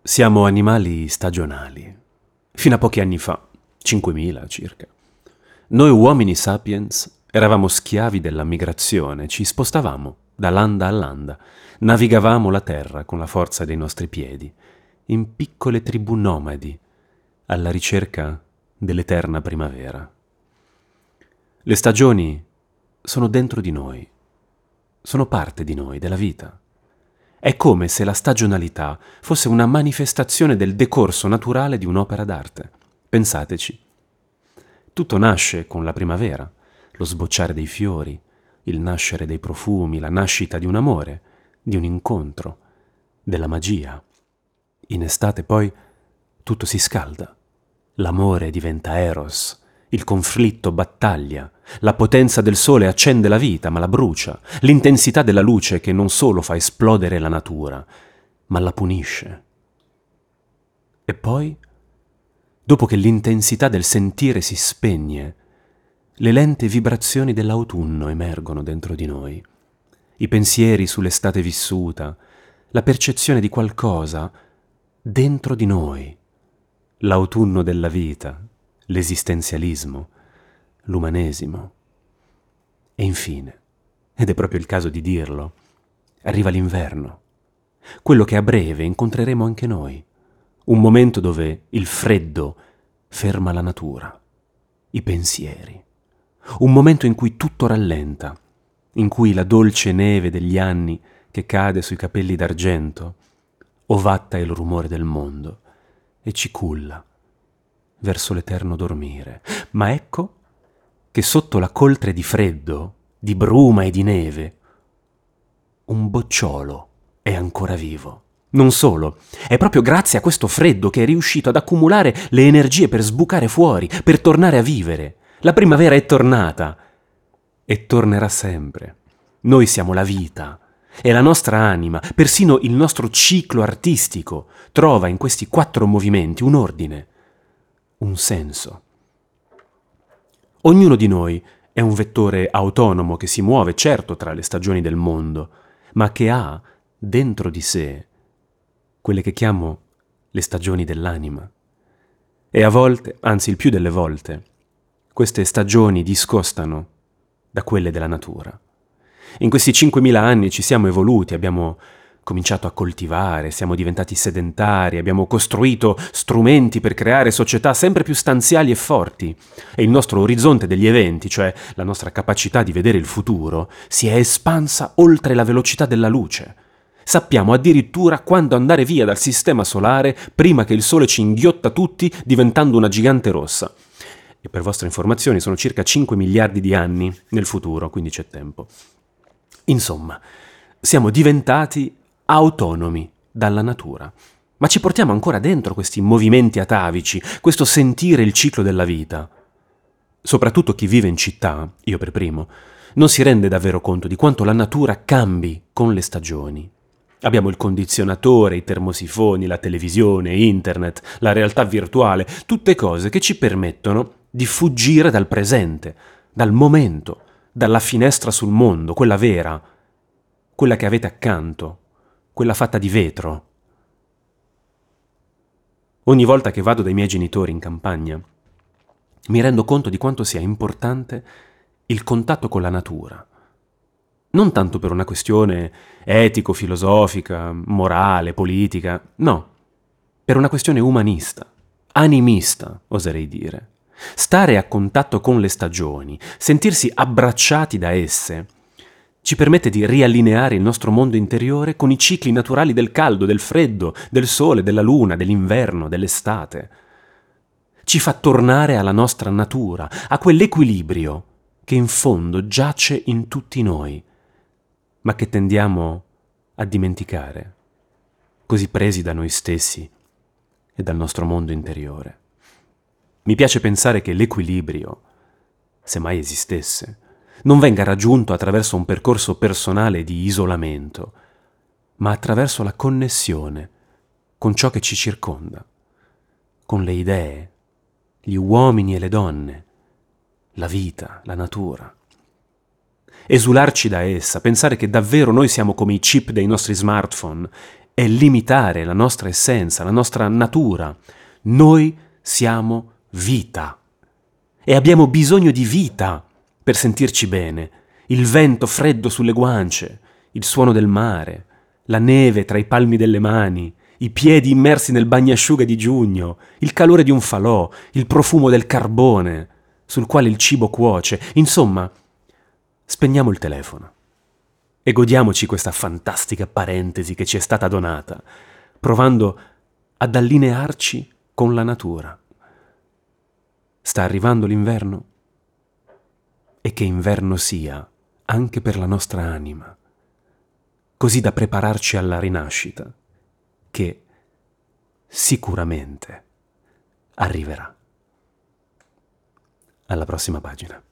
Siamo animali stagionali. Fino a pochi anni fa, 5.000 circa. Noi uomini sapiens eravamo schiavi della migrazione, ci spostavamo da landa a landa, navigavamo la terra con la forza dei nostri piedi, in piccole tribù nomadi, alla ricerca dell'eterna primavera. Le stagioni sono dentro di noi, sono parte di noi, della vita. È come se la stagionalità fosse una manifestazione del decorso naturale di un'opera d'arte. Pensateci. Tutto nasce con la primavera, lo sbocciare dei fiori, il nascere dei profumi, la nascita di un amore, di un incontro, della magia. In estate poi tutto si scalda. L'amore diventa eros, il conflitto battaglia, la potenza del sole accende la vita ma la brucia, l'intensità della luce che non solo fa esplodere la natura, ma la punisce. E poi, dopo che l'intensità del sentire si spegne, le lente vibrazioni dell'autunno emergono dentro di noi, i pensieri sull'estate vissuta, la percezione di qualcosa dentro di noi, l'autunno della vita, l'esistenzialismo, l'umanesimo. E infine, ed è proprio il caso di dirlo, arriva l'inverno, quello che a breve incontreremo anche noi, un momento dove il freddo ferma la natura, i pensieri, un momento in cui tutto rallenta, in cui la dolce neve degli anni che cade sui capelli d'argento ovatta il rumore del mondo e ci culla verso l'eterno dormire. Ma ecco che sotto la coltre di freddo, di bruma e di neve, un bocciolo è ancora vivo. Non solo, è proprio grazie a questo freddo che è riuscito ad accumulare le energie per sbucare fuori, per tornare a vivere. La primavera è tornata e tornerà sempre. Noi siamo la vita e la nostra anima, persino il nostro ciclo artistico, trova in questi 4 movimenti un ordine, un senso. Ognuno di noi è un vettore autonomo che si muove certo tra le stagioni del mondo, ma che ha dentro di sé quelle che chiamo le stagioni dell'anima. E a volte, anzi il più delle volte, queste stagioni discostano da quelle della natura. In questi 5.000 anni ci siamo evoluti, abbiamo cominciato a coltivare, siamo diventati sedentari, abbiamo costruito strumenti per creare società sempre più stanziali e forti e il nostro orizzonte degli eventi, cioè la nostra capacità di vedere il futuro, si è espansa oltre la velocità della luce. Sappiamo addirittura quando andare via dal sistema solare prima che il sole ci inghiotta tutti diventando una gigante rossa. E per vostra informazione sono circa 5 miliardi di anni nel futuro, quindi c'è tempo. Insomma, siamo diventati autonomi dalla natura, ma ci portiamo ancora dentro questi movimenti atavici, questo sentire il ciclo della vita. Soprattutto chi vive in città, io per primo, non si rende davvero conto di quanto la natura cambi con le stagioni. Abbiamo il condizionatore, i termosifoni, la televisione, internet, la realtà virtuale, tutte cose che ci permettono di fuggire dal presente, dal momento, dalla finestra sul mondo, quella vera, quella che avete accanto, quella fatta di vetro. Ogni volta che vado dai miei genitori in campagna, mi rendo conto di quanto sia importante il contatto con la natura. Non tanto per una questione etico-filosofica, morale, politica, no, per una questione umanista, animista, oserei dire. Stare a contatto con le stagioni, sentirsi abbracciati da esse, ci permette di riallineare il nostro mondo interiore con i cicli naturali del caldo, del freddo, del sole, della luna, dell'inverno, dell'estate. Ci fa tornare alla nostra natura, a quell'equilibrio che in fondo giace in tutti noi, ma che tendiamo a dimenticare, così presi da noi stessi e dal nostro mondo interiore. Mi piace pensare che l'equilibrio, se mai esistesse, non venga raggiunto attraverso un percorso personale di isolamento, ma attraverso la connessione con ciò che ci circonda, con le idee, gli uomini e le donne, la vita, la natura. Esularci da essa, pensare che davvero noi siamo come i chip dei nostri smartphone è limitare la nostra essenza, la nostra natura. Noi siamo vita e abbiamo bisogno di vita per sentirci bene. Il vento freddo sulle guance, il suono del mare, la neve tra i palmi delle mani, i piedi immersi nel bagnasciuga di giugno, il calore di un falò, il profumo del carbone sul quale il cibo cuoce. Insomma, spegniamo il telefono e godiamoci questa fantastica parentesi che ci è stata donata, provando ad allinearci con la natura. Sta arrivando l'inverno? E che inverno sia anche per la nostra anima, così da prepararci alla rinascita, che sicuramente arriverà. Alla prossima pagina.